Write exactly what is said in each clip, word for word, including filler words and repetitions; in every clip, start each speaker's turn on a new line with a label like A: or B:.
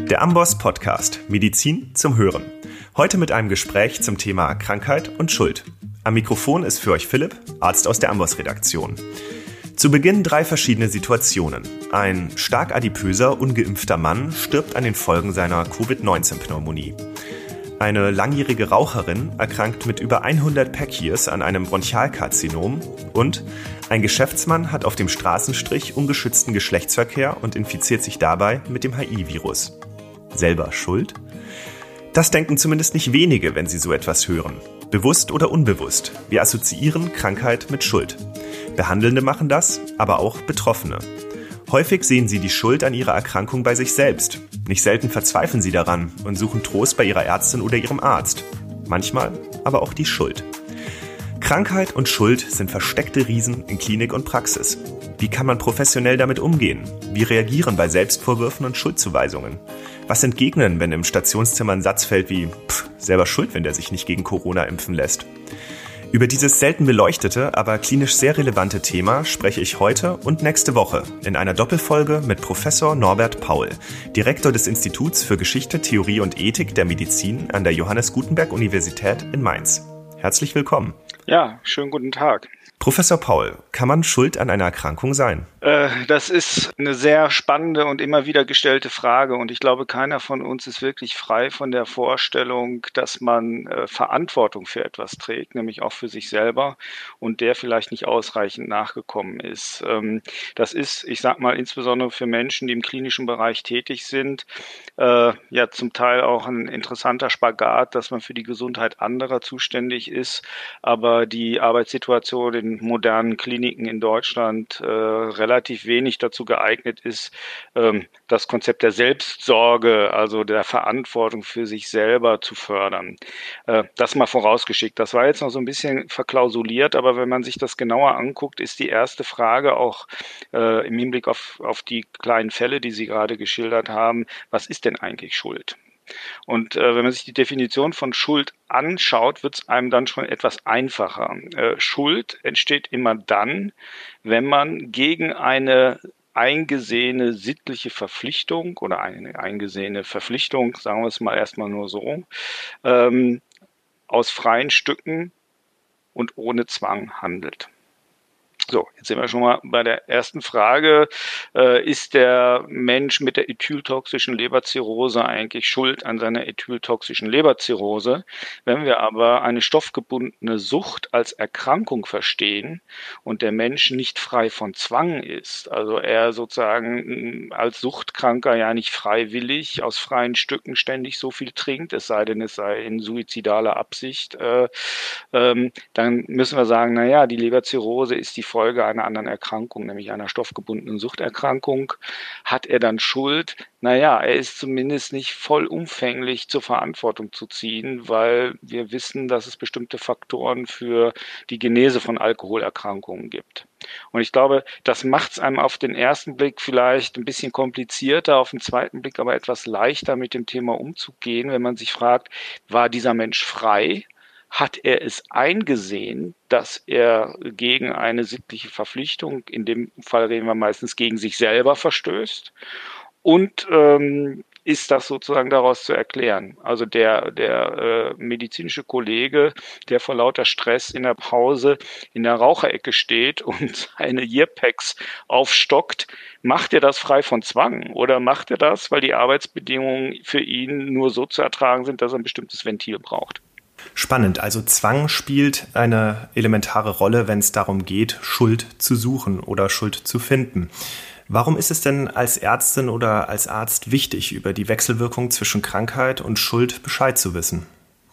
A: Der Amboss Podcast Medizin zum Hören. Heute mit einem Gespräch zum Thema Krankheit und Schuld. Am Mikrofon ist für euch Philipp, Arzt aus der Amboss-Redaktion. Zu Beginn drei verschiedene Situationen. Ein stark adipöser, ungeimpfter Mann stirbt an den Folgen seiner Covid neunzehn Pneumonie. Eine langjährige Raucherin erkrankt mit über hundert Pack-Years an einem Bronchialkarzinom und ein Geschäftsmann hat auf dem Straßenstrich ungeschützten Geschlechtsverkehr und infiziert sich dabei mit dem H I-Virus. Selber schuld? Das denken zumindest nicht wenige, wenn sie so etwas hören. Bewusst oder unbewusst. Wir assoziieren Krankheit mit Schuld. Behandelnde machen das, aber auch Betroffene. Häufig sehen sie die Schuld an ihrer Erkrankung bei sich selbst. Nicht selten verzweifeln sie daran und suchen Trost bei ihrer Ärztin oder ihrem Arzt. Manchmal aber auch die Schuld. Krankheit und Schuld sind versteckte Riesen in Klinik und Praxis. Wie kann man professionell damit umgehen? Wie reagieren bei Selbstvorwürfen und Schuldzuweisungen? Was entgegnen, wenn im Stationszimmer ein Satz fällt wie pff, selber schuld, wenn der sich nicht gegen Corona impfen lässt? Über dieses selten beleuchtete, aber klinisch sehr relevante Thema spreche ich heute und nächste Woche in einer Doppelfolge mit Professor Norbert Paul, Direktor des Instituts für Geschichte, Theorie und Ethik der Medizin an der Johannes Gutenberg Universität in Mainz. Herzlich willkommen.
B: Ja, schönen guten Tag.
A: Professor Paul, kann man schuld an einer Erkrankung sein?
B: Äh, das ist eine sehr spannende und immer wieder gestellte Frage und ich glaube, keiner von uns ist wirklich frei von der Vorstellung, dass man äh, Verantwortung für etwas trägt, nämlich auch für sich selber und der vielleicht nicht ausreichend nachgekommen ist. Ähm, das ist, ich sag mal, insbesondere für Menschen, die im klinischen Bereich tätig sind, äh, ja zum Teil auch ein interessanter Spagat, dass man für die Gesundheit anderer zuständig ist, aber die Arbeitssituation in modernen Kliniken in Deutschland äh, relativ wenig dazu geeignet ist, ähm, das Konzept der Selbstsorge, also der Verantwortung für sich selber zu fördern. Äh, das mal vorausgeschickt. Das war jetzt noch so ein bisschen verklausuliert, aber wenn man sich das genauer anguckt, ist die erste Frage auch äh, im Hinblick auf, auf die kleinen Fälle, die Sie gerade geschildert haben, was ist denn eigentlich Schuld? Und äh, wenn man sich die Definition von Schuld anschaut, wird es einem dann schon etwas einfacher. Äh, Schuld entsteht immer dann, wenn man gegen eine eingesehene sittliche Verpflichtung oder eine eingesehene Verpflichtung, sagen wir es mal erstmal nur so, ähm, aus freien Stücken und ohne Zwang handelt. So, jetzt sind wir schon mal bei der ersten Frage. Äh, ist der Mensch mit der ethyltoxischen Leberzirrhose eigentlich schuld an seiner ethyltoxischen Leberzirrhose? Wenn wir aber eine stoffgebundene Sucht als Erkrankung verstehen und der Mensch nicht frei von Zwang ist, also er sozusagen als Suchtkranker ja nicht freiwillig aus freien Stücken ständig so viel trinkt, es sei denn, es sei in suizidaler Absicht, äh, ähm, dann müssen wir sagen, naja, die Leberzirrhose ist die Folge einer anderen Erkrankung, nämlich einer stoffgebundenen Suchterkrankung. Hat er dann Schuld? Naja, er ist zumindest nicht vollumfänglich zur Verantwortung zu ziehen, weil wir wissen, dass es bestimmte Faktoren für die Genese von Alkoholerkrankungen gibt. Und ich glaube, das macht es einem auf den ersten Blick vielleicht ein bisschen komplizierter, auf den zweiten Blick aber etwas leichter mit dem Thema umzugehen, wenn man sich fragt, war dieser Mensch frei? Hat er es eingesehen, dass er gegen eine sittliche Verpflichtung, in dem Fall reden wir meistens gegen sich selber, verstößt? Und ähm, ist das sozusagen daraus zu erklären? Also der, der äh, medizinische Kollege, der vor lauter Stress in der Pause in der Raucherecke steht und seine Earpacks aufstockt, macht er das frei von Zwang? Oder macht er das, weil die Arbeitsbedingungen für ihn nur so zu ertragen sind, dass er ein bestimmtes Ventil braucht?
A: Spannend, also Zwang spielt eine elementare Rolle, wenn es darum geht, Schuld zu suchen oder Schuld zu finden. Warum ist es denn als Ärztin oder als Arzt wichtig, über die Wechselwirkung zwischen Krankheit und Schuld Bescheid zu wissen?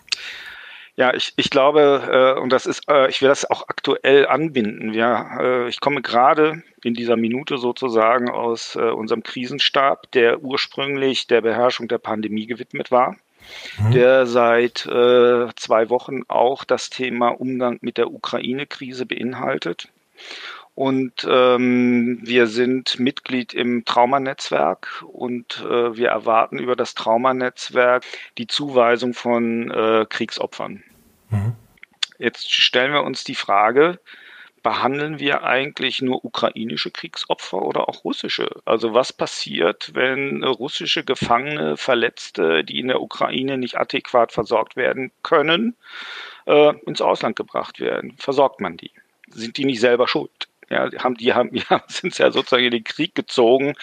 B: Ja, ich, ich glaube, äh, und das ist, äh, ich will das auch aktuell anbinden. Ja, äh, ich komme gerade in dieser Minute sozusagen aus äh, unserem Krisenstab, der ursprünglich der Beherrschung der Pandemie gewidmet war, mhm. der seit äh, zwei Wochen auch das Thema Umgang mit der Ukraine-Krise beinhaltet. Und ähm, wir sind Mitglied im Traumanetzwerk und äh, wir erwarten über das Traumanetzwerk die Zuweisung von äh, Kriegsopfern. Mhm. Jetzt stellen wir uns die Frage, behandeln wir eigentlich nur ukrainische Kriegsopfer oder auch russische? Also was passiert, wenn russische Gefangene, Verletzte, die in der Ukraine nicht adäquat versorgt werden können, äh, ins Ausland gebracht werden? Versorgt man die? Sind die nicht selber schuld? Ja, haben die haben ja sind ja sozusagen in den Krieg gezogen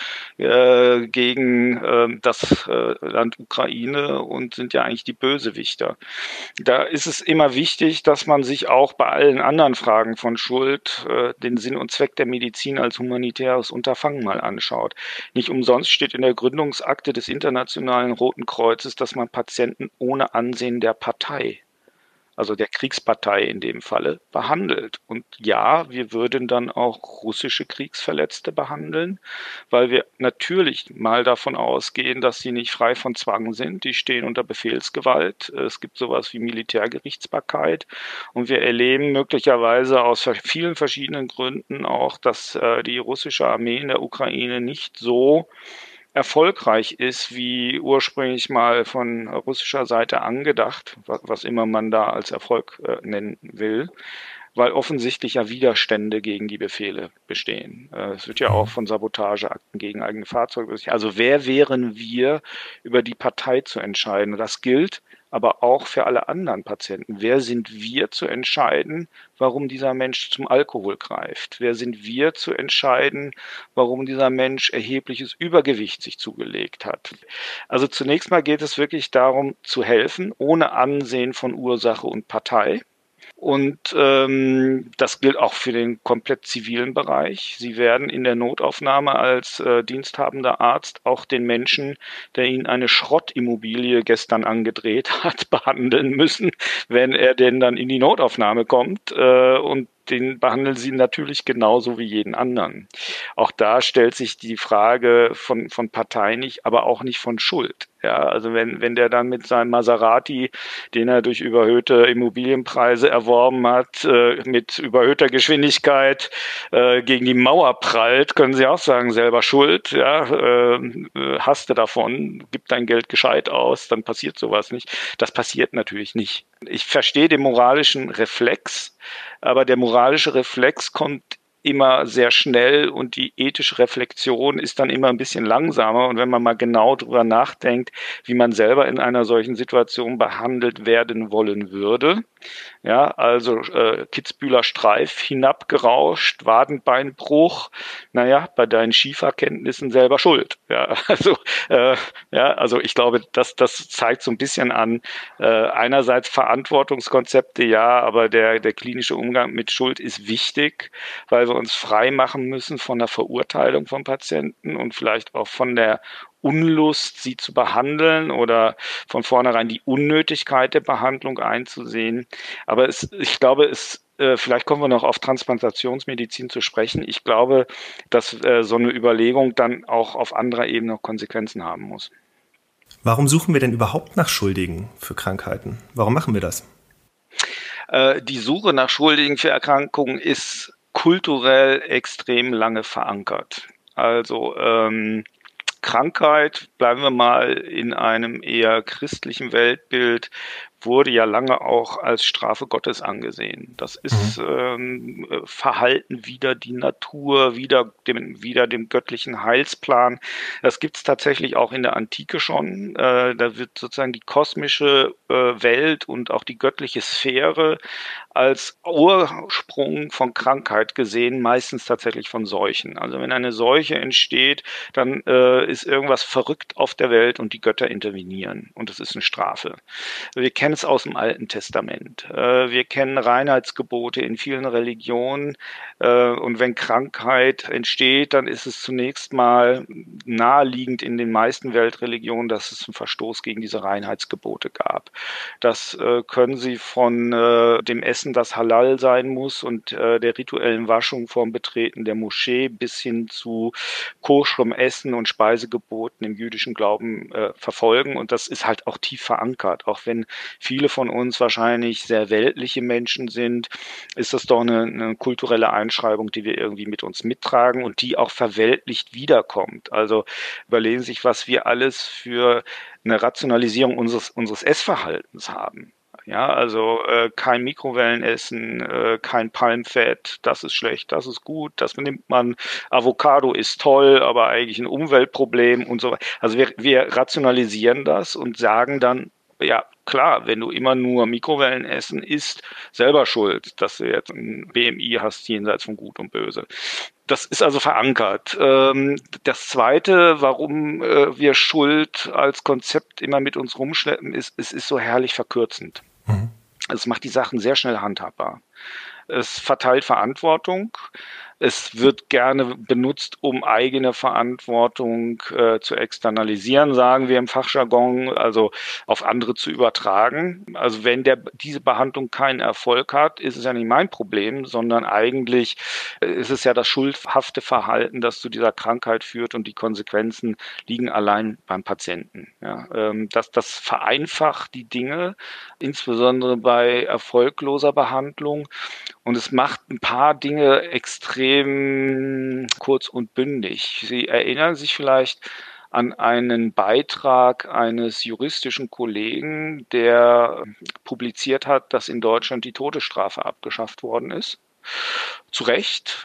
B: äh, gegen äh, das äh, Land Ukraine und sind ja eigentlich die Bösewichter. Da ist es immer wichtig, dass man sich auch bei allen anderen Fragen von Schuld äh, den Sinn und Zweck der Medizin als humanitäres Unterfangen mal anschaut. Nicht umsonst steht in der Gründungsakte des Internationalen Roten Kreuzes, dass man Patienten ohne Ansehen der Partei, also der Kriegspartei in dem Falle, behandelt. Und ja, wir würden dann auch russische Kriegsverletzte behandeln, weil wir natürlich mal davon ausgehen, dass sie nicht frei von Zwang sind. Die stehen unter Befehlsgewalt. Es gibt sowas wie Militärgerichtsbarkeit. Und wir erleben möglicherweise aus vielen verschiedenen Gründen auch, dass äh, die russische Armee in der Ukraine nicht so erfolgreich ist, wie ursprünglich mal von russischer Seite angedacht, was immer man da als Erfolg äh, nennen will, weil offensichtlich ja Widerstände gegen die Befehle bestehen. Äh, es wird ja auch von Sabotageakten gegen eigene Fahrzeuge. Also wer wären wir, über die Partei zu entscheiden? Und das gilt aber auch für alle anderen Patienten. Wer sind wir zu entscheiden, warum dieser Mensch zum Alkohol greift? Wer sind wir zu entscheiden, warum dieser Mensch erhebliches Übergewicht sich zugelegt hat? Also zunächst mal geht es wirklich darum, zu helfen, ohne Ansehen von Ursache und Partei. Und ähm, das gilt auch für den komplett zivilen Bereich. Sie werden in der Notaufnahme als äh, diensthabender Arzt auch den Menschen, der Ihnen eine Schrottimmobilie gestern angedreht hat, behandeln müssen, wenn er denn dann in die Notaufnahme kommt. Äh, und den behandeln sie natürlich genauso wie jeden anderen. Auch da stellt sich die Frage von, von Partei nicht, aber auch nicht von Schuld. Ja, also wenn, wenn der dann mit seinem Maserati, den er durch überhöhte Immobilienpreise erworben hat, äh, mit überhöhter Geschwindigkeit äh, gegen die Mauer prallt, können Sie auch sagen, selber schuld, ja, äh, hast du davon, gib dein Geld gescheit aus, dann passiert sowas nicht. Das passiert natürlich nicht. Ich verstehe den moralischen Reflex, aber der moralische Reflex kommt immer sehr schnell und die ethische Reflexion ist dann immer ein bisschen langsamer. Und wenn man mal genau drüber nachdenkt, wie man selber in einer solchen Situation behandelt werden wollen würde, ja, also äh, Kitzbüheler Streif, hinabgerauscht, Wadenbeinbruch, naja, bei deinen Skifahrkenntnissen selber schuld. Ja, also, äh, ja, also ich glaube, das, das zeigt so ein bisschen an, äh, einerseits Verantwortungskonzepte, ja, aber der, der klinische Umgang mit Schuld ist wichtig, weil wir uns frei machen müssen von der Verurteilung von Patienten und vielleicht auch von der Unlust, sie zu behandeln oder von vornherein die Unnötigkeit der Behandlung einzusehen. Aber es, ich glaube, es, äh, vielleicht kommen wir noch auf Transplantationsmedizin zu sprechen. Ich glaube, dass äh, so eine Überlegung dann auch auf anderer Ebene noch Konsequenzen haben muss.
A: Warum suchen wir denn überhaupt nach Schuldigen für Krankheiten? Warum machen wir das?
B: Äh, die Suche nach Schuldigen für Erkrankungen ist kulturell extrem lange verankert. Also ähm, Krankheit, bleiben wir mal in einem eher christlichen Weltbild, wurde ja lange auch als Strafe Gottes angesehen. Das ist ähm, Verhalten wider die Natur, wider dem, wider dem göttlichen Heilsplan. Das gibt es tatsächlich auch in der Antike schon. Äh, da wird sozusagen die kosmische äh, Welt und auch die göttliche Sphäre als Ursprung von Krankheit gesehen, meistens tatsächlich von Seuchen. Also wenn eine Seuche entsteht, dann äh, ist irgendwas verrückt auf der Welt und die Götter intervenieren und das ist eine Strafe. Wir kennen es aus dem Alten Testament. Äh, wir kennen Reinheitsgebote in vielen Religionen äh, und wenn Krankheit entsteht, dann ist es zunächst mal naheliegend in den meisten Weltreligionen, dass es einen Verstoß gegen diese Reinheitsgebote gab. Das äh, können Sie von äh, dem Essen, das halal sein muss und äh, der rituellen Waschung vorm Betreten der Moschee bis hin zu koscherem Essen und Speisegeboten im jüdischen Glauben äh, verfolgen. Und das ist halt auch tief verankert. Auch wenn viele von uns wahrscheinlich sehr weltliche Menschen sind, ist das doch eine, eine kulturelle Einschreibung, die wir irgendwie mit uns mittragen und die auch verweltlicht wiederkommt. Also überlegen Sie sich, was wir alles für eine Rationalisierung unseres, unseres Essverhaltens haben. Ja, also äh, kein Mikrowellenessen, äh, kein Palmfett, das ist schlecht, das ist gut, das nimmt man. Avocado ist toll, aber eigentlich ein Umweltproblem und so weiter. Also wir, wir rationalisieren das und sagen dann, ja klar, wenn du immer nur Mikrowellenessen isst, selber schuld, dass du jetzt ein B M I hast jenseits von Gut und Böse. Das ist also verankert. Das Zweite, warum wir Schuld als Konzept immer mit uns rumschleppen, ist, es ist so herrlich verkürzend. Mhm. Es macht die Sachen sehr schnell handhabbar. Es verteilt Verantwortung. Es wird gerne benutzt, um eigene Verantwortung äh, zu externalisieren, sagen wir im Fachjargon, also auf andere zu übertragen. Also wenn der, diese Behandlung keinen Erfolg hat, ist es ja nicht mein Problem, sondern eigentlich ist es ja das schuldhafte Verhalten, das zu dieser Krankheit führt und die Konsequenzen liegen allein beim Patienten. Ja, ähm, das, das vereinfacht die Dinge, insbesondere bei erfolgloser Behandlung. Und es macht ein paar Dinge extrem kurz und bündig. Sie erinnern sich vielleicht an einen Beitrag eines juristischen Kollegen, der publiziert hat, dass in Deutschland die Todesstrafe abgeschafft worden ist. Zu Recht,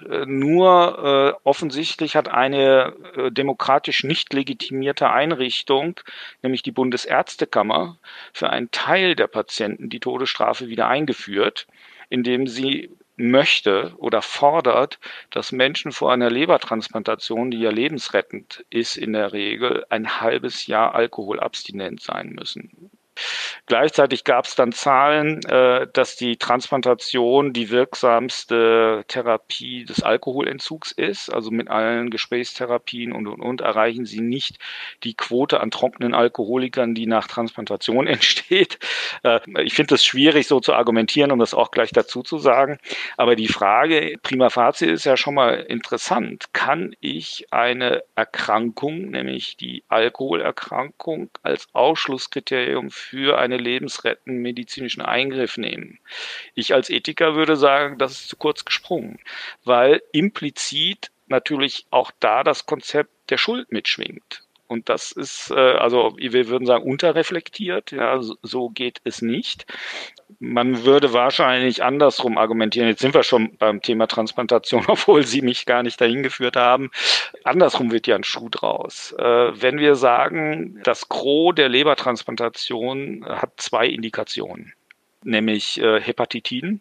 B: nur äh, offensichtlich hat eine äh, demokratisch nicht legitimierte Einrichtung, nämlich die Bundesärztekammer, für einen Teil der Patienten die Todesstrafe wieder eingeführt, indem sie möchte oder fordert, dass Menschen vor einer Lebertransplantation, die ja lebensrettend ist in der Regel, ein halbes Jahr alkoholabstinent sein müssen. Gleichzeitig gab es dann Zahlen, äh, dass die Transplantation die wirksamste Therapie des Alkoholentzugs ist. Also mit allen Gesprächstherapien und, und, und erreichen sie nicht die Quote an trockenen Alkoholikern, die nach Transplantation entsteht. Äh, ich finde es schwierig, so zu argumentieren, um das auch gleich dazu zu sagen. Aber die Frage prima facie ist ja schon mal interessant. Kann ich eine Erkrankung, nämlich die Alkoholerkrankung, als Ausschlusskriterium für einen lebensrettenden medizinischen Eingriff nehmen? Ich als Ethiker würde sagen, das ist zu kurz gesprungen, weil implizit natürlich auch da das Konzept der Schuld mitschwingt. Und das ist, also wir würden sagen, unterreflektiert. Ja, so geht es nicht. Man würde wahrscheinlich andersrum argumentieren. Jetzt sind wir schon beim Thema Transplantation, obwohl Sie mich gar nicht dahin geführt haben. Andersrum wird ja ein Schuh draus. Wenn wir sagen, das Gros der Lebertransplantation hat zwei Indikationen, nämlich Hepatitiden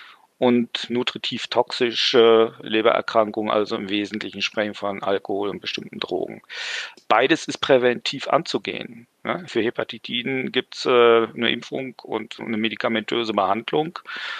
B: und nutritiv toxische Lebererkrankungen, also im Wesentlichen sprechen von Alkohol und bestimmten Drogen. Beides ist präventiv anzugehen. Ja, für Hepatitiden gibt es äh, eine Impfung und eine medikamentöse Behandlung.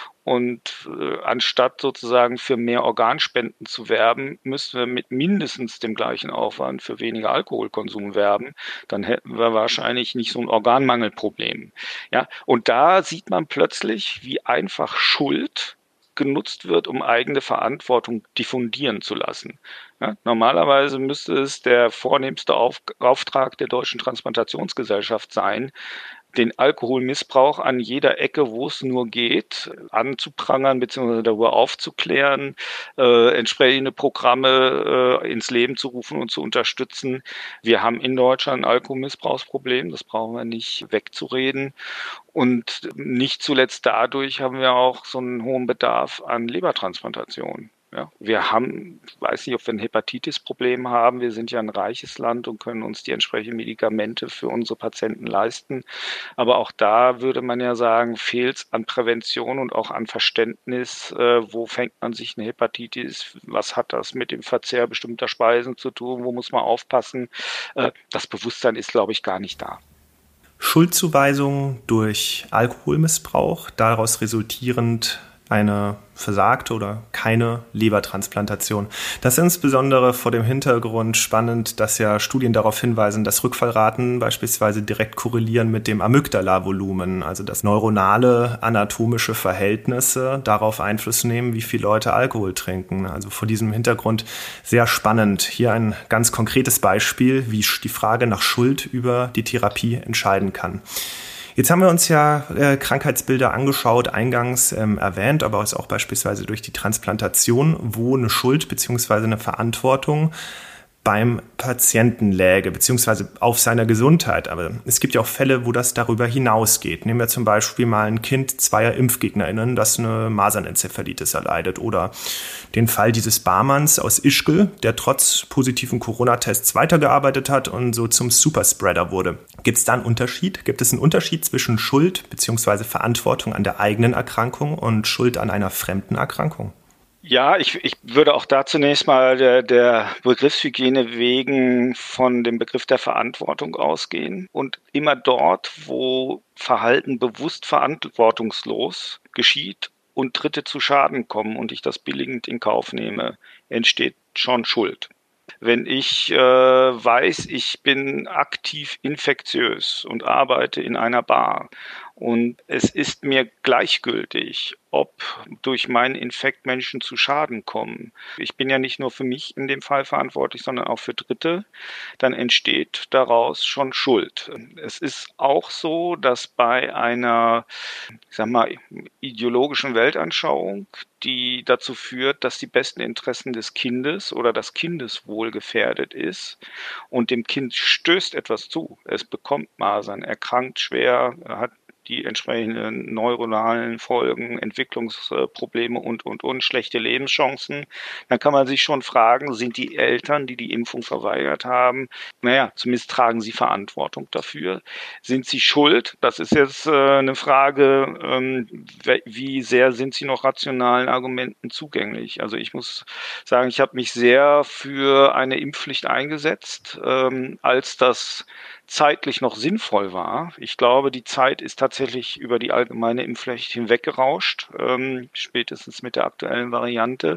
B: Und äh, anstatt sozusagen für mehr Organspenden zu werben, müssten wir mit mindestens dem gleichen Aufwand für weniger Alkoholkonsum werben. Dann hätten wir wahrscheinlich nicht so ein Organmangelproblem. Ja, und da sieht man plötzlich, wie einfach Schuld genutzt wird, um eigene Verantwortung diffundieren zu lassen. Ja, normalerweise müsste es der vornehmste Auf- Auftrag der Deutschen Transplantationsgesellschaft sein, den Alkoholmissbrauch an jeder Ecke, wo es nur geht, anzuprangern bzw. darüber aufzuklären, äh, entsprechende Programme äh, ins Leben zu rufen und zu unterstützen. Wir haben in Deutschland ein Alkoholmissbrauchsproblem, das brauchen wir nicht wegzureden. Und nicht zuletzt dadurch haben wir auch so einen hohen Bedarf an Lebertransplantation. Ja, wir haben, ich weiß nicht, ob wir ein Hepatitis-Problem haben. Wir sind ja ein reiches Land und können uns die entsprechenden Medikamente für unsere Patienten leisten. Aber auch da würde man ja sagen, fehlt es an Prävention und auch an Verständnis. Äh, wo fängt man sich eine Hepatitis? Was hat das mit dem Verzehr bestimmter Speisen zu tun? Wo muss man aufpassen? Äh, das Bewusstsein ist, glaube ich, gar nicht da.
A: Schuldzuweisung durch Alkoholmissbrauch, daraus resultierend eine versagte oder keine Lebertransplantation. Das ist insbesondere vor dem Hintergrund spannend, dass ja Studien darauf hinweisen, dass Rückfallraten beispielsweise direkt korrelieren mit dem Amygdala-Volumen, also dass neuronale anatomische Verhältnisse darauf Einfluss nehmen, wie viele Leute Alkohol trinken. Also vor diesem Hintergrund sehr spannend. Hier ein ganz konkretes Beispiel, wie die Frage nach Schuld über die Therapie entscheiden kann. Jetzt haben wir uns ja äh, Krankheitsbilder angeschaut, eingangs ähm, erwähnt, aber auch beispielsweise durch die Transplantation, wo eine Schuld bzw. eine Verantwortung beim Patienten läge, beziehungsweise auf seiner Gesundheit. Aber es gibt ja auch Fälle, wo das darüber hinausgeht. Nehmen wir zum Beispiel mal ein Kind zweier ImpfgegnerInnen, das eine Masernenzephalitis erleidet. Oder den Fall dieses Barmanns aus Ischgl, der trotz positiven Corona-Tests weitergearbeitet hat und so zum Superspreader wurde. Gibt es da einen Unterschied? Gibt es einen Unterschied zwischen Schuld beziehungsweise Verantwortung an der eigenen Erkrankung und Schuld an einer fremden Erkrankung?
B: Ja, ich, ich würde auch da zunächst mal der, der Begriffshygiene wegen von dem Begriff der Verantwortung ausgehen. Und immer dort, wo Verhalten bewusst verantwortungslos geschieht und Dritte zu Schaden kommen und ich das billigend in Kauf nehme, entsteht schon Schuld. Wenn ich äh, weiß, ich bin aktiv infektiös und arbeite in einer Bar und es ist mir gleichgültig, ob durch meinen Infekt Menschen zu Schaden kommen. Ich bin ja nicht nur für mich in dem Fall verantwortlich, sondern auch für Dritte. Dann entsteht daraus schon Schuld. Es ist auch so, dass bei einer, ich sag mal, ideologischen Weltanschauung, die dazu führt, dass die besten Interessen des Kindes oder das Kindeswohl gefährdet ist und dem Kind stößt etwas zu. Es bekommt Masern, erkrankt schwer, hat die entsprechenden neuronalen Folgen, Entwicklungsprobleme und, und, und, schlechte Lebenschancen. Dann kann man sich schon fragen, sind die Eltern, die die Impfung verweigert haben, naja, zumindest tragen sie Verantwortung dafür. Sind sie schuld? Das ist jetzt äh, eine Frage, ähm, wie sehr sind sie noch rationalen Argumenten zugänglich? Also ich muss sagen, ich habe mich sehr für eine Impfpflicht eingesetzt, ähm, als das zeitlich noch sinnvoll war. Ich glaube, die Zeit ist tatsächlich über die allgemeine Impfpflicht hinweggerauscht, ähm, spätestens mit der aktuellen Variante.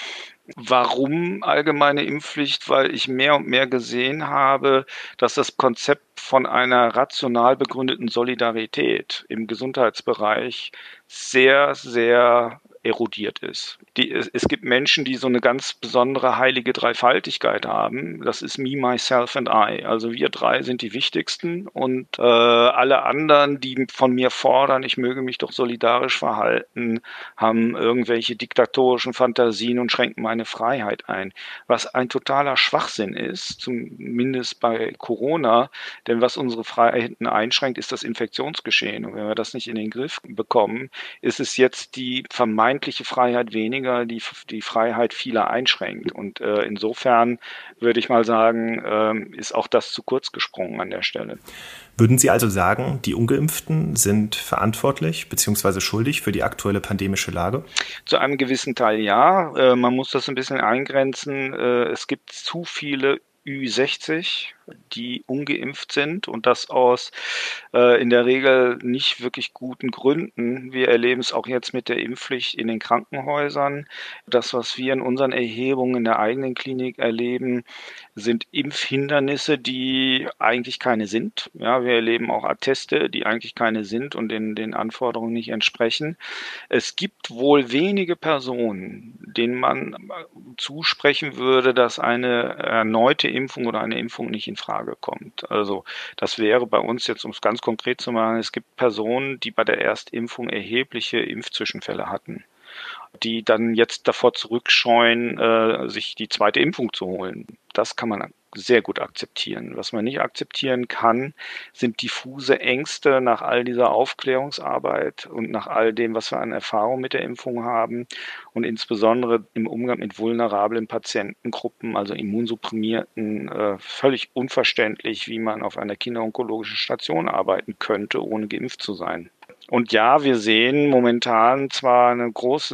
B: Warum allgemeine Impfpflicht? Weil ich mehr und mehr gesehen habe, dass das Konzept von einer rational begründeten Solidarität im Gesundheitsbereich sehr, sehr erodiert ist. Die, es, es gibt Menschen, die so eine ganz besondere heilige Dreifaltigkeit haben. Das ist me, myself and I. Also wir drei sind die wichtigsten und äh, alle anderen, die von mir fordern, ich möge mich doch solidarisch verhalten, haben irgendwelche diktatorischen Fantasien und schränken meine Freiheit ein. Was ein totaler Schwachsinn ist, zumindest bei Corona, denn was unsere Freiheiten einschränkt, ist das Infektionsgeschehen. Und wenn wir das nicht in den Griff bekommen, ist es jetzt die vermeintliche Freiheit weniger, die die Freiheit vieler einschränkt. Und äh, insofern würde ich mal sagen, äh, ist auch das zu kurz gesprungen an der Stelle.
A: Würden Sie also sagen, die Ungeimpften sind verantwortlich bzw. schuldig für die aktuelle pandemische Lage?
B: Zu einem gewissen Teil ja. Äh, man muss das ein bisschen eingrenzen. Äh, es gibt zu viele Ü sechzig, die ungeimpft sind und das aus äh, in der Regel nicht wirklich guten Gründen. Wir erleben es auch jetzt mit der Impfpflicht in den Krankenhäusern. Das, was wir in unseren Erhebungen in der eigenen Klinik erleben, sind Impfhindernisse, die eigentlich keine sind. Ja, wir erleben auch Atteste, die eigentlich keine sind und den, den Anforderungen nicht entsprechen. Es gibt wohl wenige Personen, denen man zusprechen würde, dass eine erneute Impfung oder eine Impfung nicht in Frage kommt. Also das wäre bei uns jetzt, um es ganz konkret zu machen, es gibt Personen, die bei der Erstimpfung erhebliche Impfzwischenfälle hatten, die dann jetzt davor zurückscheuen, äh, sich die zweite Impfung zu holen. Das kann man sehr gut akzeptieren. Was man nicht akzeptieren kann, sind diffuse Ängste nach all dieser Aufklärungsarbeit und nach all dem, was wir an Erfahrung mit der Impfung haben und insbesondere im Umgang mit vulnerablen Patientengruppen, also Immunsupprimierten, äh, völlig unverständlich, wie man auf einer kinderonkologischen Station arbeiten könnte, ohne geimpft zu sein. Und ja, wir sehen momentan zwar eine große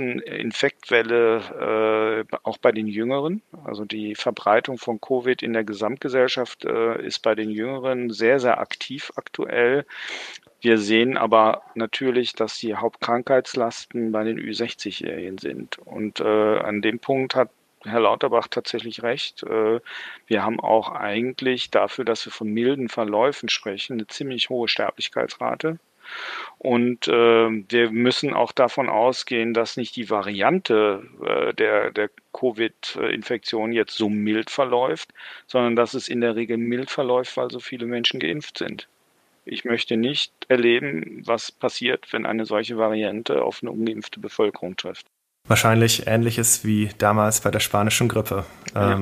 B: Infektwelle äh, auch bei den Jüngeren. Also die Verbreitung von Covid in der Gesamtgesellschaft äh, ist bei den Jüngeren sehr, sehr aktiv aktuell. Wir sehen aber natürlich, dass die Hauptkrankheitslasten bei den Ü sechzig-Jährigen sind. Und äh, an dem Punkt hat Herr Lauterbach tatsächlich recht. Wir haben auch eigentlich dafür, dass wir von milden Verläufen sprechen, eine ziemlich hohe Sterblichkeitsrate. Und äh, wir müssen auch davon ausgehen, dass nicht die Variante äh, der, der Covid-Infektion jetzt so mild verläuft, sondern dass es in der Regel mild verläuft, weil so viele Menschen geimpft sind. Ich möchte nicht erleben, was passiert, wenn eine solche Variante auf eine ungeimpfte Bevölkerung trifft.
A: Wahrscheinlich Ähnliches wie damals bei der spanischen Grippe.
B: Ja.
A: Ähm,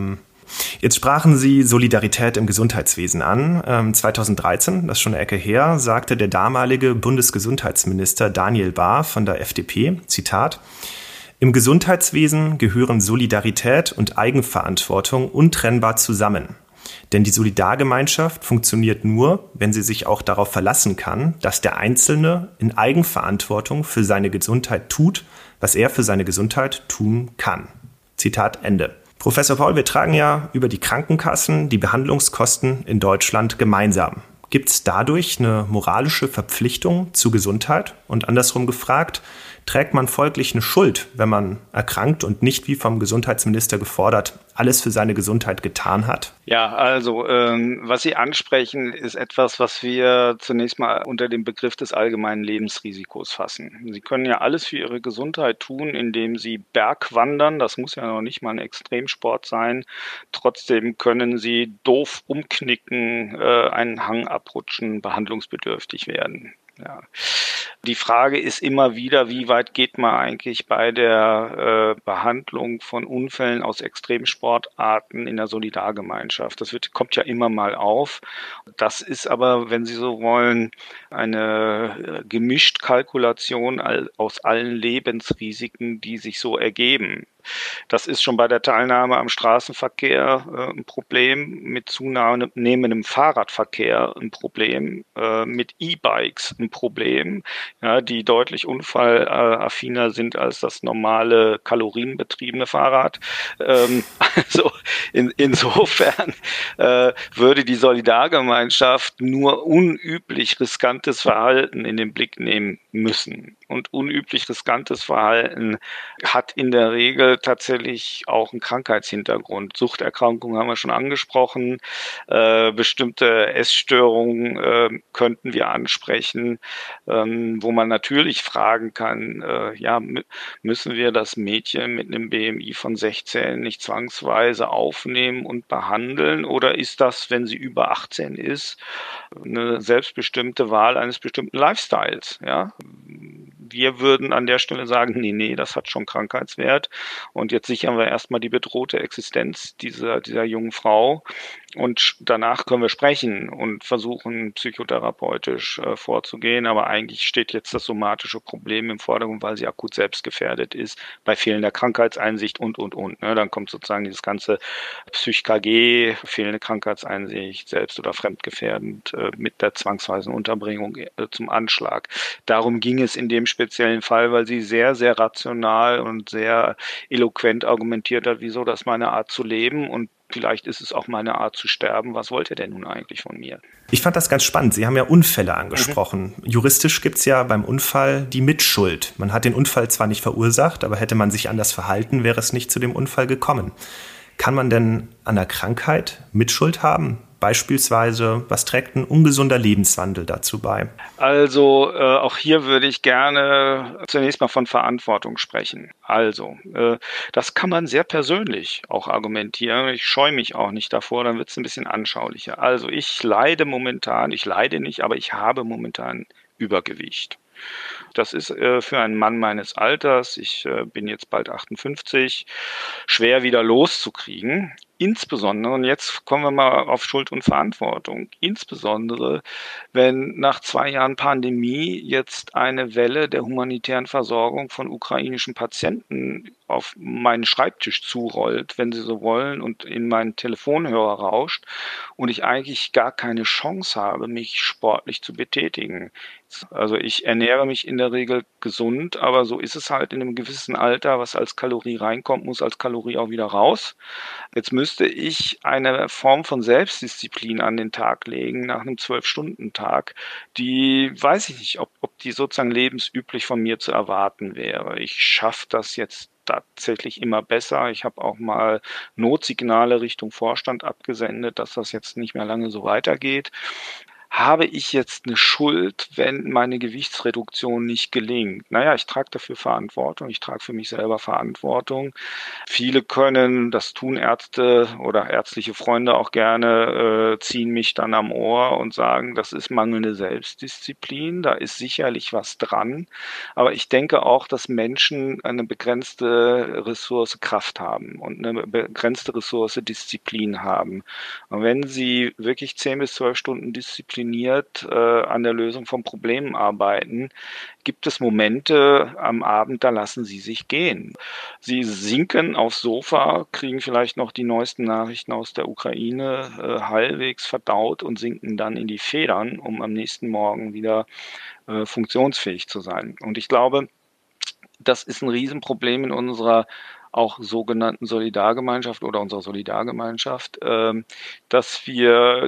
A: Jetzt sprachen Sie Solidarität im Gesundheitswesen an. Ähm, zweitausenddreizehn, das ist schon eine Ecke her, sagte der damalige Bundesgesundheitsminister Daniel Bahr von der F D P, Zitat, im Gesundheitswesen gehören Solidarität und Eigenverantwortung untrennbar zusammen. Denn die Solidargemeinschaft funktioniert nur, wenn sie sich auch darauf verlassen kann, dass der Einzelne in Eigenverantwortung für seine Gesundheit tut, was er für seine Gesundheit tun kann. Zitat Ende. Professor Paul, wir tragen ja über die Krankenkassen die Behandlungskosten in Deutschland gemeinsam. Gibt es dadurch eine moralische Verpflichtung zu Gesundheit? Und andersrum gefragt, trägt man folglich eine Schuld, wenn man erkrankt und nicht, wie vom Gesundheitsminister gefordert, alles für seine Gesundheit getan hat?
B: Ja, also ähm, was Sie ansprechen, ist etwas, was wir zunächst mal unter dem Begriff des allgemeinen Lebensrisikos fassen. Sie können ja alles für Ihre Gesundheit tun, indem Sie Bergwandern, das muss ja noch nicht mal ein Extremsport sein, trotzdem können Sie doof umknicken, äh, einen Hang abrutschen, behandlungsbedürftig werden. Ja. Die Frage ist immer wieder, wie weit geht man eigentlich bei der äh, Behandlung von Unfällen aus Extremsportarten in der Solidargemeinschaft? Das wird, kommt ja immer mal auf. Das ist aber, wenn Sie so wollen, eine äh, gemischt Kalkulation all, aus allen Lebensrisiken, die sich so ergeben. Das ist schon bei der Teilnahme am Straßenverkehr äh, ein Problem, mit zunehmendem Fahrradverkehr ein Problem, äh, mit E-Bikes ein Problem, ja, die deutlich unfallaffiner sind als das normale kalorienbetriebene Fahrrad. Ähm, also in, insofern äh, würde die Solidargemeinschaft nur unüblich riskantes Verhalten in den Blick nehmen müssen. Und unüblich riskantes Verhalten hat in der Regel tatsächlich auch einen Krankheitshintergrund. Suchterkrankungen haben wir schon angesprochen, äh, bestimmte Essstörungen äh, könnten wir ansprechen, ähm, wo man natürlich fragen kann, äh, ja, m- müssen wir das Mädchen mit einem B M I von sechzehn nicht zwangsweise aufnehmen und behandeln, oder ist das, wenn sie über achtzehn ist, eine selbstbestimmte Wahl eines bestimmten Lifestyles, ja? Wir würden an der Stelle sagen, nee, nee, das hat schon Krankheitswert. Und jetzt sichern wir erstmal die bedrohte Existenz dieser, dieser jungen Frau. Und danach können wir sprechen und versuchen, psychotherapeutisch äh, vorzugehen. Aber eigentlich steht jetzt das somatische Problem im Vordergrund, weil sie akut selbstgefährdet ist, bei fehlender Krankheitseinsicht und, und, und. Ne? Dann kommt sozusagen dieses ganze Psych-K G, fehlende Krankheitseinsicht, selbst- oder fremdgefährdend, äh, mit der zwangsweisen Unterbringung äh, zum Anschlag. Darum ging es in dem speziellen Fall, weil sie sehr, sehr rational und sehr eloquent argumentiert hat, wieso das meine Art zu leben und vielleicht ist es auch meine Art zu sterben. Was wollt ihr denn nun eigentlich von mir?
A: Ich fand das ganz spannend. Sie haben ja Unfälle angesprochen. Mhm. Juristisch gibt es ja beim Unfall die Mitschuld. Man hat den Unfall zwar nicht verursacht, aber hätte man sich anders verhalten, wäre es nicht zu dem Unfall gekommen. Kann man denn an der Krankheit Mitschuld haben? Beispielsweise, was trägt ein ungesunder Lebenswandel dazu bei?
B: Also äh, auch hier würde ich gerne zunächst mal von Verantwortung sprechen. Also, äh, das kann man sehr persönlich auch argumentieren. Ich scheue mich auch nicht davor, dann wird es ein bisschen anschaulicher. Also ich leide momentan, ich leide nicht, aber ich habe momentan Übergewicht. Das ist äh, für einen Mann meines Alters, ich äh, bin jetzt bald achtundfünfzig, schwer wieder loszukriegen. Insbesondere, und jetzt kommen wir mal auf Schuld und Verantwortung, insbesondere wenn nach zwei Jahren Pandemie jetzt eine Welle der humanitären Versorgung von ukrainischen Patienten auf meinen Schreibtisch zurollt, wenn Sie so wollen, und in meinen Telefonhörer rauscht und ich eigentlich gar keine Chance habe, mich sportlich zu betätigen. Also ich ernähre mich in der Regel gesund, aber so ist es halt in einem gewissen Alter, was als Kalorie reinkommt, muss als Kalorie auch wieder raus. Jetzt müsste ich eine Form von Selbstdisziplin an den Tag legen nach einem zwölf-Stunden-Tag, die, weiß ich nicht, ob, ob die sozusagen lebensüblich von mir zu erwarten wäre. Ich schaffe das jetzt tatsächlich immer besser. Ich habe auch mal Notsignale Richtung Vorstand abgesendet, dass das jetzt nicht mehr lange so weitergeht. habe ich jetzt eine Schuld, wenn meine Gewichtsreduktion nicht gelingt? Na ja, ich trage dafür Verantwortung. Ich trage für mich selber Verantwortung. Viele können, das tun Ärzte oder ärztliche Freunde auch gerne, äh, ziehen mich dann am Ohr und sagen, das ist mangelnde Selbstdisziplin. Da ist sicherlich was dran. Aber ich denke auch, dass Menschen eine begrenzte Ressource Kraft haben und eine begrenzte Ressource Disziplin haben. Und wenn sie wirklich zehn bis zwölf Stunden diszipliniert äh, an der Lösung von Problemen arbeiten, gibt es Momente am Abend, da lassen sie sich gehen. Sie sinken aufs Sofa, kriegen vielleicht noch die neuesten Nachrichten aus der Ukraine äh, halbwegs verdaut und sinken dann in die Federn, um am nächsten Morgen wieder äh, funktionsfähig zu sein. Und ich glaube, das ist ein Riesenproblem in unserer auch sogenannten Solidargemeinschaft oder unserer Solidargemeinschaft, äh, dass wir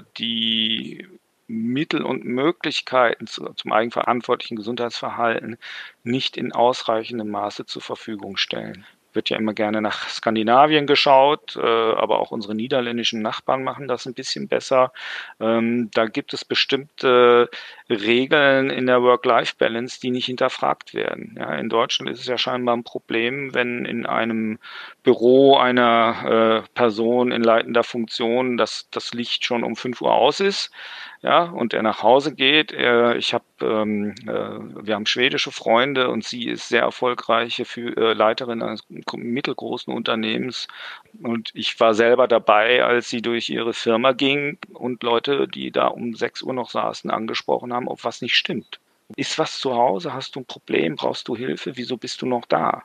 B: die Mittel und Möglichkeiten zu, zum eigenverantwortlichen Gesundheitsverhalten nicht in ausreichendem Maße zur Verfügung stellen. Wird ja immer gerne nach Skandinavien geschaut, äh, aber auch unsere niederländischen Nachbarn machen das ein bisschen besser. Ähm, da gibt es bestimmte Regeln in der Work-Life-Balance, die nicht hinterfragt werden. Ja, in Deutschland ist es ja scheinbar ein Problem, wenn in einem Büro einer äh, Person in leitender Funktion das, das Licht schon um fünf Uhr aus ist. Ja, und er nach Hause geht. Er, ich habe, ähm, äh, wir haben schwedische Freunde und sie ist sehr erfolgreiche für, äh, Leiterin eines mittelgroßen Unternehmens. Und ich war selber dabei, als sie durch ihre Firma ging und Leute, die da um sechs Uhr noch saßen, angesprochen haben, ob was nicht stimmt. Ist was zu Hause? Hast du ein Problem? Brauchst du Hilfe? Wieso bist du noch da?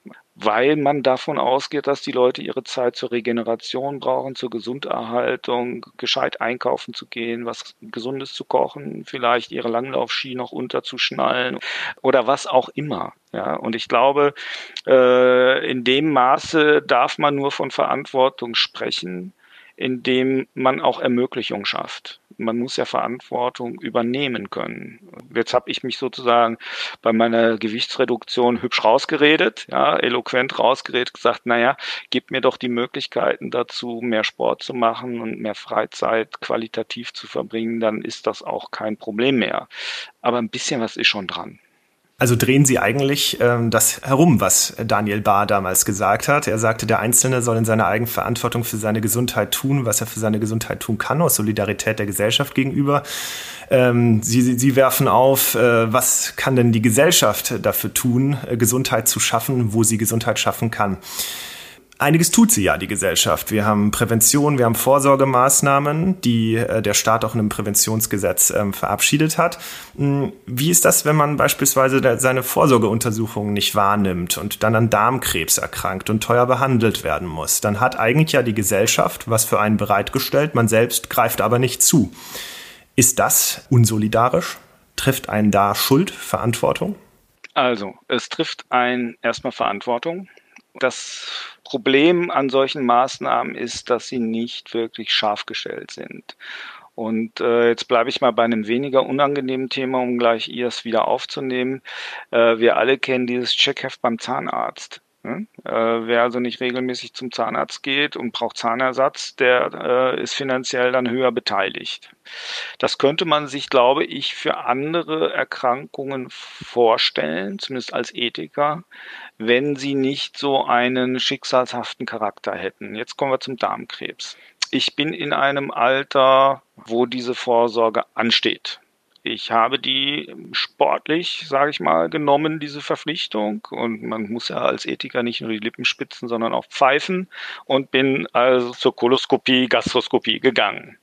B: Weil man davon ausgeht, dass die Leute ihre Zeit zur Regeneration brauchen, zur Gesunderhaltung, gescheit einkaufen zu gehen, was Gesundes zu kochen, vielleicht ihre Langlaufski noch unterzuschnallen oder was auch immer. Ja, und ich glaube, äh, in dem Maße darf man nur von Verantwortung sprechen, indem man auch Ermöglichung schafft. Man muss ja Verantwortung übernehmen können. Jetzt habe ich mich sozusagen bei meiner Gewichtsreduktion hübsch rausgeredet, ja, eloquent rausgeredet, gesagt, naja, gib mir doch die Möglichkeiten dazu, mehr Sport zu machen und mehr Freizeit qualitativ zu verbringen, dann ist das auch kein Problem mehr. Aber ein bisschen was ist schon dran.
A: Also drehen Sie eigentlich ähm, das herum, was Daniel Bahr damals gesagt hat. Er sagte, der Einzelne soll in seiner Eigenverantwortung für seine Gesundheit tun, was er für seine Gesundheit tun kann, aus Solidarität der Gesellschaft gegenüber. Ähm, Sie, Sie werfen auf, äh, was kann denn die Gesellschaft dafür tun, äh, Gesundheit zu schaffen, wo sie Gesundheit schaffen kann. Einiges tut sie ja, die Gesellschaft. Wir haben Prävention, wir haben Vorsorgemaßnahmen, die äh, der Staat auch in einem Präventionsgesetz ähm, verabschiedet hat. Wie ist das, wenn man beispielsweise der, seine Vorsorgeuntersuchungen nicht wahrnimmt und dann an Darmkrebs erkrankt und teuer behandelt werden muss? Dann hat eigentlich ja die Gesellschaft was für einen bereitgestellt, man selbst greift aber nicht zu. Ist das unsolidarisch? Trifft einen da Schuld, Verantwortung?
B: Also, es trifft einen erstmal Verantwortung. Das Problem an solchen Maßnahmen ist, dass sie nicht wirklich scharf gestellt sind. Und äh, jetzt bleibe ich mal bei einem weniger unangenehmen Thema, um gleich es wieder aufzunehmen. Äh, wir alle kennen dieses Checkheft beim Zahnarzt. Hm? Äh, wer also nicht regelmäßig zum Zahnarzt geht und braucht Zahnersatz, der äh, ist finanziell dann höher beteiligt. Das könnte man sich, glaube ich, für andere Erkrankungen vorstellen, zumindest als Ethiker, wenn sie nicht so einen schicksalshaften Charakter hätten. Jetzt kommen wir zum Darmkrebs. Ich bin in einem Alter, wo diese Vorsorge ansteht. Ich habe die sportlich, sage ich mal, genommen, diese Verpflichtung. Und man muss ja als Ethiker nicht nur die Lippen spitzen, sondern auch pfeifen. Und bin also zur Koloskopie, Gastroskopie gegangen.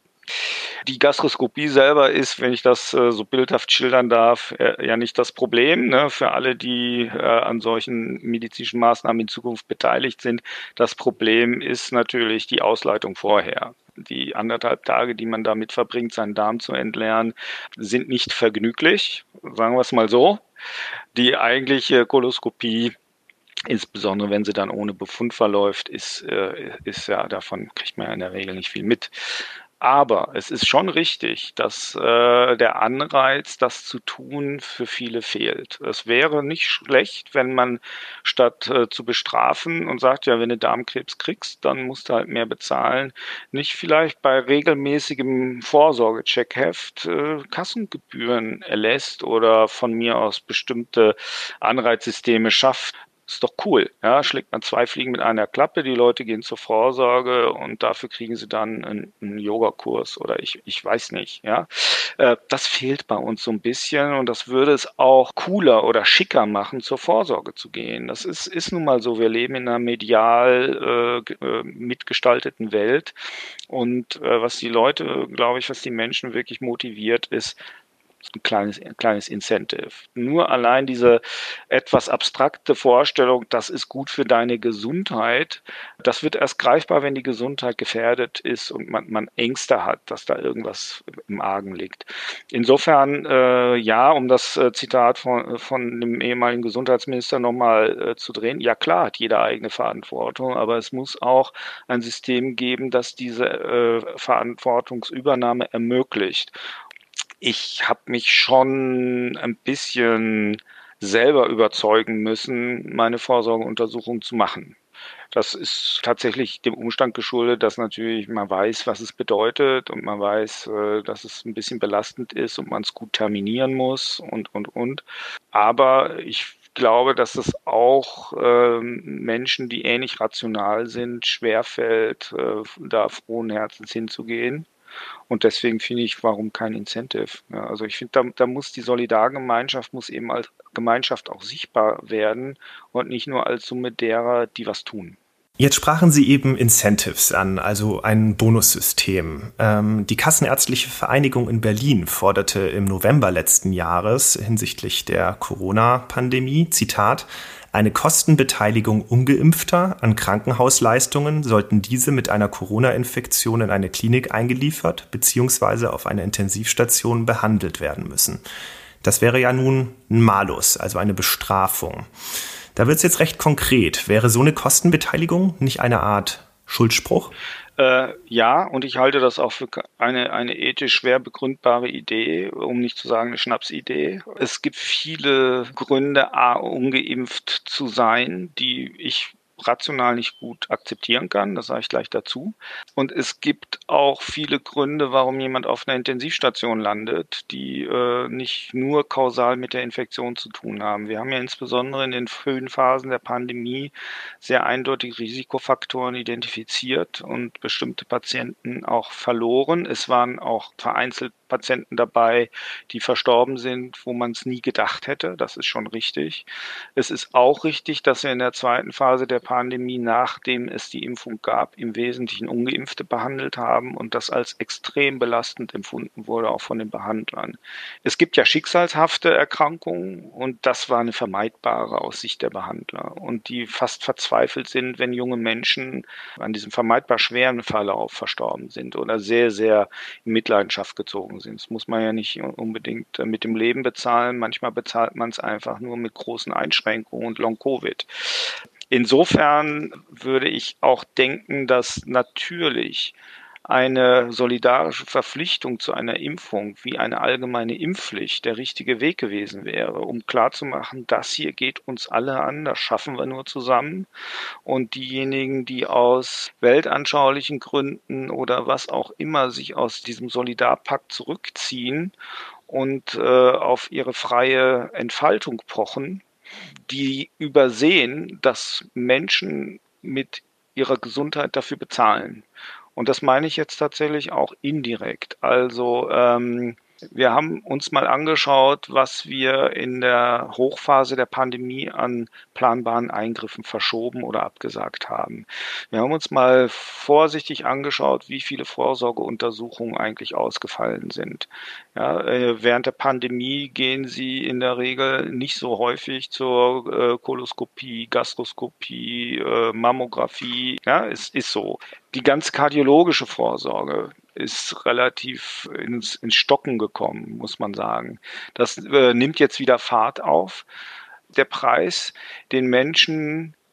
B: Die Gastroskopie selber ist, wenn ich das äh, so bildhaft schildern darf, äh, ja nicht das Problem, ne, für alle, die äh, an solchen medizinischen Maßnahmen in Zukunft beteiligt sind. Das Problem ist natürlich die Ausleitung vorher. Die anderthalb Tage, die man damit verbringt, seinen Darm zu entleeren, sind nicht vergnüglich, sagen wir es mal so. Die eigentliche Koloskopie, insbesondere wenn sie dann ohne Befund verläuft, ist, äh, ist ja, davon kriegt man ja in der Regel nicht viel mit. Aber es ist schon richtig, dass äh, der Anreiz, das zu tun, für viele fehlt. Es wäre nicht schlecht, wenn man statt äh, zu bestrafen und sagt, ja, wenn du Darmkrebs kriegst, dann musst du halt mehr bezahlen, nicht vielleicht bei regelmäßigem Vorsorgecheckheft äh, Kassengebühren erlässt oder von mir aus bestimmte Anreizsysteme schafft. Ist doch cool, ja, schlägt man zwei Fliegen mit einer Klappe, die Leute gehen zur Vorsorge und dafür kriegen sie dann einen, einen Yogakurs oder ich, ich weiß nicht, ja. Äh, das fehlt bei uns so ein bisschen und das würde es auch cooler oder schicker machen, zur Vorsorge zu gehen. Das ist, ist nun mal so, wir leben in einer medial äh, äh, mitgestalteten Welt und äh, was die Leute, glaube ich, was die Menschen wirklich motiviert, ist, ein kleines, ein kleines Incentive. Nur allein diese etwas abstrakte Vorstellung, das ist gut für deine Gesundheit, das wird erst greifbar, wenn die Gesundheit gefährdet ist und man, man Ängste hat, dass da irgendwas im Argen liegt. Insofern, äh, ja, um das äh, Zitat von, von dem ehemaligen Gesundheitsminister nochmal äh, zu drehen, ja klar hat jeder eigene Verantwortung, aber es muss auch ein System geben, das diese äh, Verantwortungsübernahme ermöglicht. Ich habe mich schon ein bisschen selber überzeugen müssen, meine Vorsorgeuntersuchung zu machen. Das ist tatsächlich dem Umstand geschuldet, dass natürlich man weiß, was es bedeutet und man weiß, äh, dass es ein bisschen belastend ist und man es gut terminieren muss und, und, und. Aber ich glaube, dass es auch ähm, Menschen, die ähnlich rational sind, schwerfällt, äh, da frohen Herzens hinzugehen. Und deswegen finde ich, warum kein Incentive? Ja, also ich finde, da, da muss die Solidargemeinschaft muss eben als Gemeinschaft auch sichtbar werden und nicht nur als Summe derer, die was tun.
A: Jetzt sprachen Sie eben Incentives an, also ein Bonussystem. Ähm, die Kassenärztliche Vereinigung in Berlin forderte im November letzten Jahres hinsichtlich der Corona-Pandemie, Zitat, eine Kostenbeteiligung Ungeimpfter an Krankenhausleistungen, sollten diese mit einer Corona-Infektion in eine Klinik eingeliefert bzw. auf einer Intensivstation behandelt werden müssen. Das wäre ja nun ein Malus, also eine Bestrafung. Da wird es jetzt recht konkret. Wäre so eine Kostenbeteiligung nicht eine Art Schuldspruch?
B: Äh, ja, und ich halte das auch für eine, eine ethisch schwer begründbare Idee, um nicht zu sagen eine Schnapsidee. Es gibt viele Gründe, A, ungeimpft zu sein, die ich rational nicht gut akzeptieren kann, das sage ich gleich dazu. Und es gibt auch viele Gründe, warum jemand auf einer Intensivstation landet, die äh, nicht nur kausal mit der Infektion zu tun haben. Wir haben ja insbesondere in den frühen Phasen der Pandemie sehr eindeutig Risikofaktoren identifiziert und bestimmte Patienten auch verloren. Es waren auch vereinzelt Patienten dabei, die verstorben sind, wo man es nie gedacht hätte. Das ist schon richtig. Es ist auch richtig, dass wir in der zweiten Phase der Pandemie, nachdem es die Impfung gab, im Wesentlichen Ungeimpfte behandelt haben und das als extrem belastend empfunden wurde, auch von den Behandlern. Es gibt ja schicksalshafte Erkrankungen und das war eine vermeidbare aus Sicht der Behandler und die fast verzweifelt sind, wenn junge Menschen an diesem vermeidbar schweren Verlauf verstorben sind oder sehr, sehr in Mitleidenschaft gezogen sind. Das muss man ja nicht unbedingt mit dem Leben bezahlen. Manchmal bezahlt man es einfach nur mit großen Einschränkungen und Long-Covid. Insofern würde ich auch denken, dass natürlich eine solidarische Verpflichtung zu einer Impfung wie eine allgemeine Impfpflicht der richtige Weg gewesen wäre, um klarzumachen, das hier geht uns alle an, das schaffen wir nur zusammen. Und diejenigen, die aus weltanschaulichen Gründen oder was auch immer sich aus diesem Solidarpakt zurückziehen und äh, auf ihre freie Entfaltung pochen, die übersehen, dass Menschen mit ihrer Gesundheit dafür bezahlen. Und das meine ich jetzt tatsächlich auch indirekt. Also ähm, wir haben uns mal angeschaut, was wir in der Hochphase der Pandemie an planbaren Eingriffen verschoben oder abgesagt haben. Wir haben uns mal vorsichtig angeschaut, wie viele Vorsorgeuntersuchungen eigentlich ausgefallen sind. Ja, äh, während der Pandemie gehen sie in der Regel nicht so häufig zur äh, Koloskopie, Gastroskopie, äh, Mammographie. Ja, es ist so. Die ganz kardiologische Vorsorge ist relativ ins, ins Stocken gekommen, muss man sagen. Das äh, nimmt jetzt wieder Fahrt auf. Der Preis, den Menschen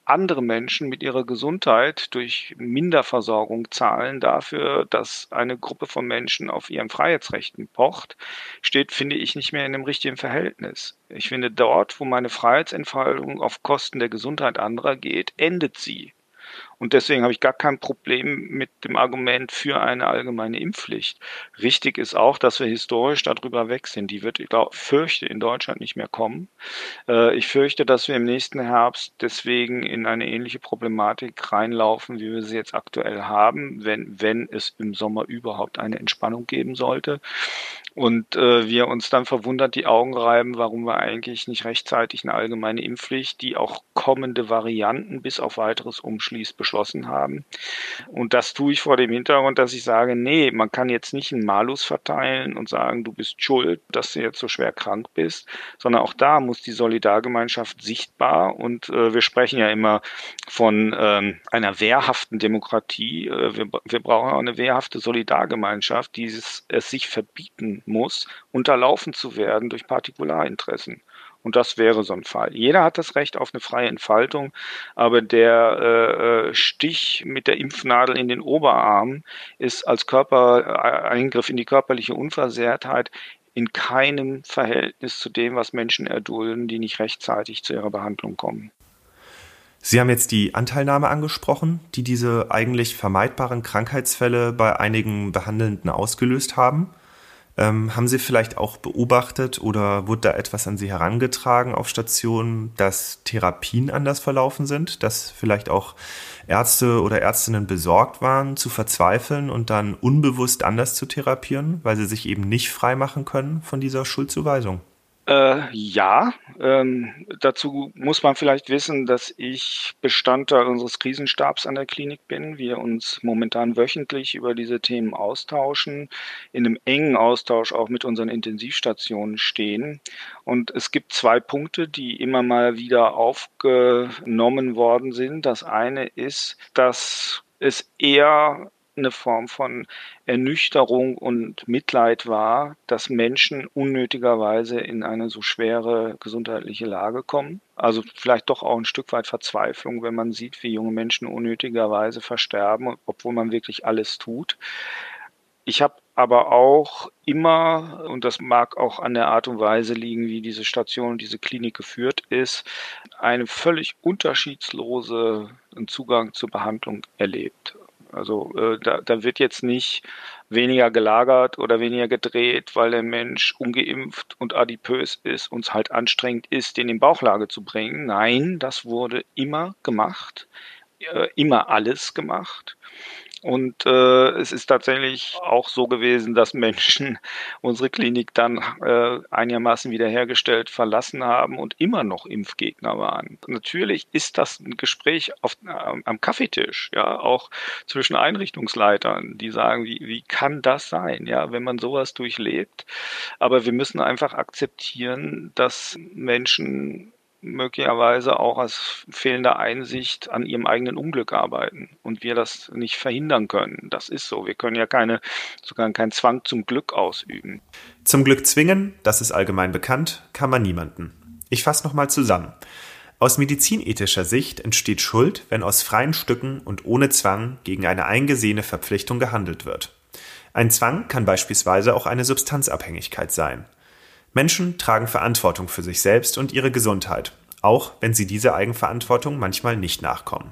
B: andere Menschen mit ihrer Gesundheit durch Minderversorgung zahlen dafür, dass eine Gruppe von Menschen auf ihren Freiheitsrechten pocht, steht, finde ich, nicht mehr in einem richtigen Verhältnis. Ich finde, dort, wo meine Freiheitsentfaltung auf Kosten der Gesundheit anderer geht, endet sie. Und deswegen habe ich gar kein Problem mit dem Argument für eine allgemeine Impfpflicht. Richtig ist auch, dass wir historisch darüber weg sind. Die wird, ich glaube, fürchte, in Deutschland nicht mehr kommen. Äh, ich fürchte, dass wir im nächsten Herbst deswegen in eine ähnliche Problematik reinlaufen, wie wir sie jetzt aktuell haben, wenn, wenn es im Sommer überhaupt eine Entspannung geben sollte. Und äh, wir uns dann verwundert die Augen reiben, warum wir eigentlich nicht rechtzeitig eine allgemeine Impfpflicht, die auch kommende Varianten bis auf weiteres umschließt, beschlossen haben. Und das tue ich vor dem Hintergrund, dass ich sage, nee, man kann jetzt nicht einen Malus verteilen und sagen, du bist schuld, dass du jetzt so schwer krank bist, sondern auch da muss die Solidargemeinschaft sichtbar und äh, wir sprechen ja immer von ähm, einer wehrhaften Demokratie. Äh, wir, wir brauchen auch eine wehrhafte Solidargemeinschaft, die es, es sich verbieten muss, unterlaufen zu werden durch Partikularinteressen. Und das wäre so ein Fall. Jeder hat das Recht auf eine freie Entfaltung, aber der äh, Stich mit der Impfnadel in den Oberarm ist als Körper, Eingriff in die körperliche Unversehrtheit in keinem Verhältnis zu dem, was Menschen erdulden, die nicht rechtzeitig zu ihrer Behandlung kommen.
A: Sie haben jetzt die Anteilnahme angesprochen, die diese eigentlich vermeidbaren Krankheitsfälle bei einigen Behandelnden ausgelöst haben. Ähm, haben Sie vielleicht auch beobachtet oder wurde da etwas an Sie herangetragen auf Stationen, dass Therapien anders verlaufen sind, dass vielleicht auch Ärzte oder Ärztinnen besorgt waren, zu verzweifeln und dann unbewusst anders zu therapieren, weil sie sich eben nicht frei machen können von dieser Schuldzuweisung?
B: Äh, ja, ähm, dazu muss man vielleicht wissen, dass ich Bestandteil unseres Krisenstabs an der Klinik bin. Wir uns momentan wöchentlich über diese Themen austauschen, in einem engen Austausch auch mit unseren Intensivstationen stehen. Und es gibt zwei Punkte, die immer mal wieder aufgenommen worden sind. Das eine ist, dass es eher eine Form von Ernüchterung und Mitleid war, dass Menschen unnötigerweise in eine so schwere gesundheitliche Lage kommen. Also vielleicht doch auch ein Stück weit Verzweiflung, wenn man sieht, wie junge Menschen unnötigerweise versterben, obwohl man wirklich alles tut. Ich habe aber auch immer, und das mag auch an der Art und Weise liegen, wie diese Station, diese Klinik geführt ist, einen völlig unterschiedslosen Zugang zur Behandlung erlebt. Also äh, da, da wird jetzt nicht weniger gelagert oder weniger gedreht, weil der Mensch ungeimpft und adipös ist und es halt anstrengend ist, den in Bauchlage zu bringen. Nein, das wurde immer gemacht, äh, immer alles gemacht. Und äh, es ist tatsächlich auch so gewesen, dass Menschen unsere Klinik dann äh, einigermaßen wiederhergestellt verlassen haben und immer noch Impfgegner waren. Natürlich ist das ein Gespräch auf, äh, am Kaffeetisch, ja, auch zwischen Einrichtungsleitern, die sagen, wie, wie kann das sein, ja, wenn man sowas durchlebt. Aber wir müssen einfach akzeptieren, dass Menschen möglicherweise auch aus fehlender Einsicht an ihrem eigenen Unglück arbeiten und wir das nicht verhindern können. Das ist so. Wir können ja keine, sogar keinen Zwang zum Glück ausüben.
A: Zum Glück zwingen, das ist allgemein bekannt, kann man niemanden. Ich fasse nochmal zusammen. Aus medizinethischer Sicht entsteht Schuld, wenn aus freien Stücken und ohne Zwang gegen eine eingesehene Verpflichtung gehandelt wird. Ein Zwang kann beispielsweise auch eine Substanzabhängigkeit sein. Menschen tragen Verantwortung für sich selbst und ihre Gesundheit, auch wenn sie dieser Eigenverantwortung manchmal nicht nachkommen.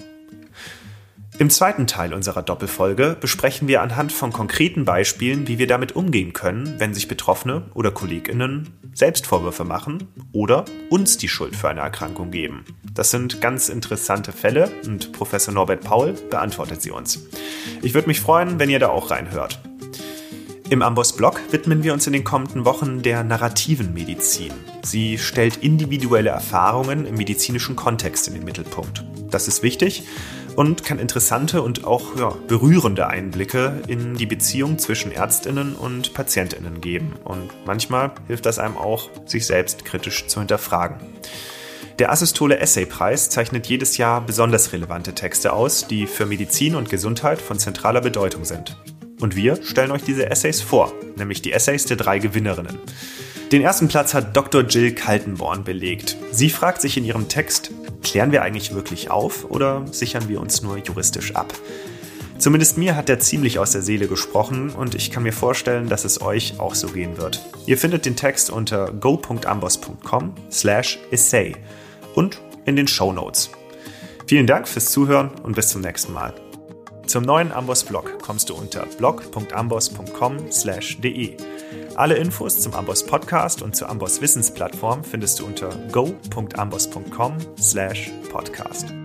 A: Im zweiten Teil unserer Doppelfolge besprechen wir anhand von konkreten Beispielen, wie wir damit umgehen können, wenn sich Betroffene oder KollegInnen Selbstvorwürfe machen oder uns die Schuld für eine Erkrankung geben. Das sind ganz interessante Fälle und Professor Norbert Paul beantwortet sie uns. Ich würde mich freuen, wenn ihr da auch reinhört. Im Amboss-Blog widmen wir uns in den kommenden Wochen der narrativen Medizin. Sie stellt individuelle Erfahrungen im medizinischen Kontext in den Mittelpunkt. Das ist wichtig und kann interessante und auch ja, berührende Einblicke in die Beziehung zwischen ÄrztInnen und PatientInnen geben. Und manchmal hilft das einem auch, sich selbst kritisch zu hinterfragen. Der Asystole Essay-Preis zeichnet jedes Jahr besonders relevante Texte aus, die für Medizin und Gesundheit von zentraler Bedeutung sind. Und wir stellen euch diese Essays vor, nämlich die Essays der drei Gewinnerinnen. Den ersten Platz hat Doktor Jill Kaltenborn belegt. Sie fragt sich in ihrem Text, Klären wir eigentlich wirklich auf oder sichern wir uns nur juristisch ab? Zumindest mir hat er ziemlich aus der Seele gesprochen und ich kann mir vorstellen, dass es euch auch so gehen wird. Ihr findet den Text unter go.amboss.com slash essay und in den Shownotes. Vielen Dank fürs Zuhören und bis zum nächsten Mal. Zum neuen Amboss-Blog kommst du unter blog.amboss.com slash de. Alle Infos zum Amboss Podcast und zur Amboss Wissensplattform findest du unter go.amboss.com slash podcast.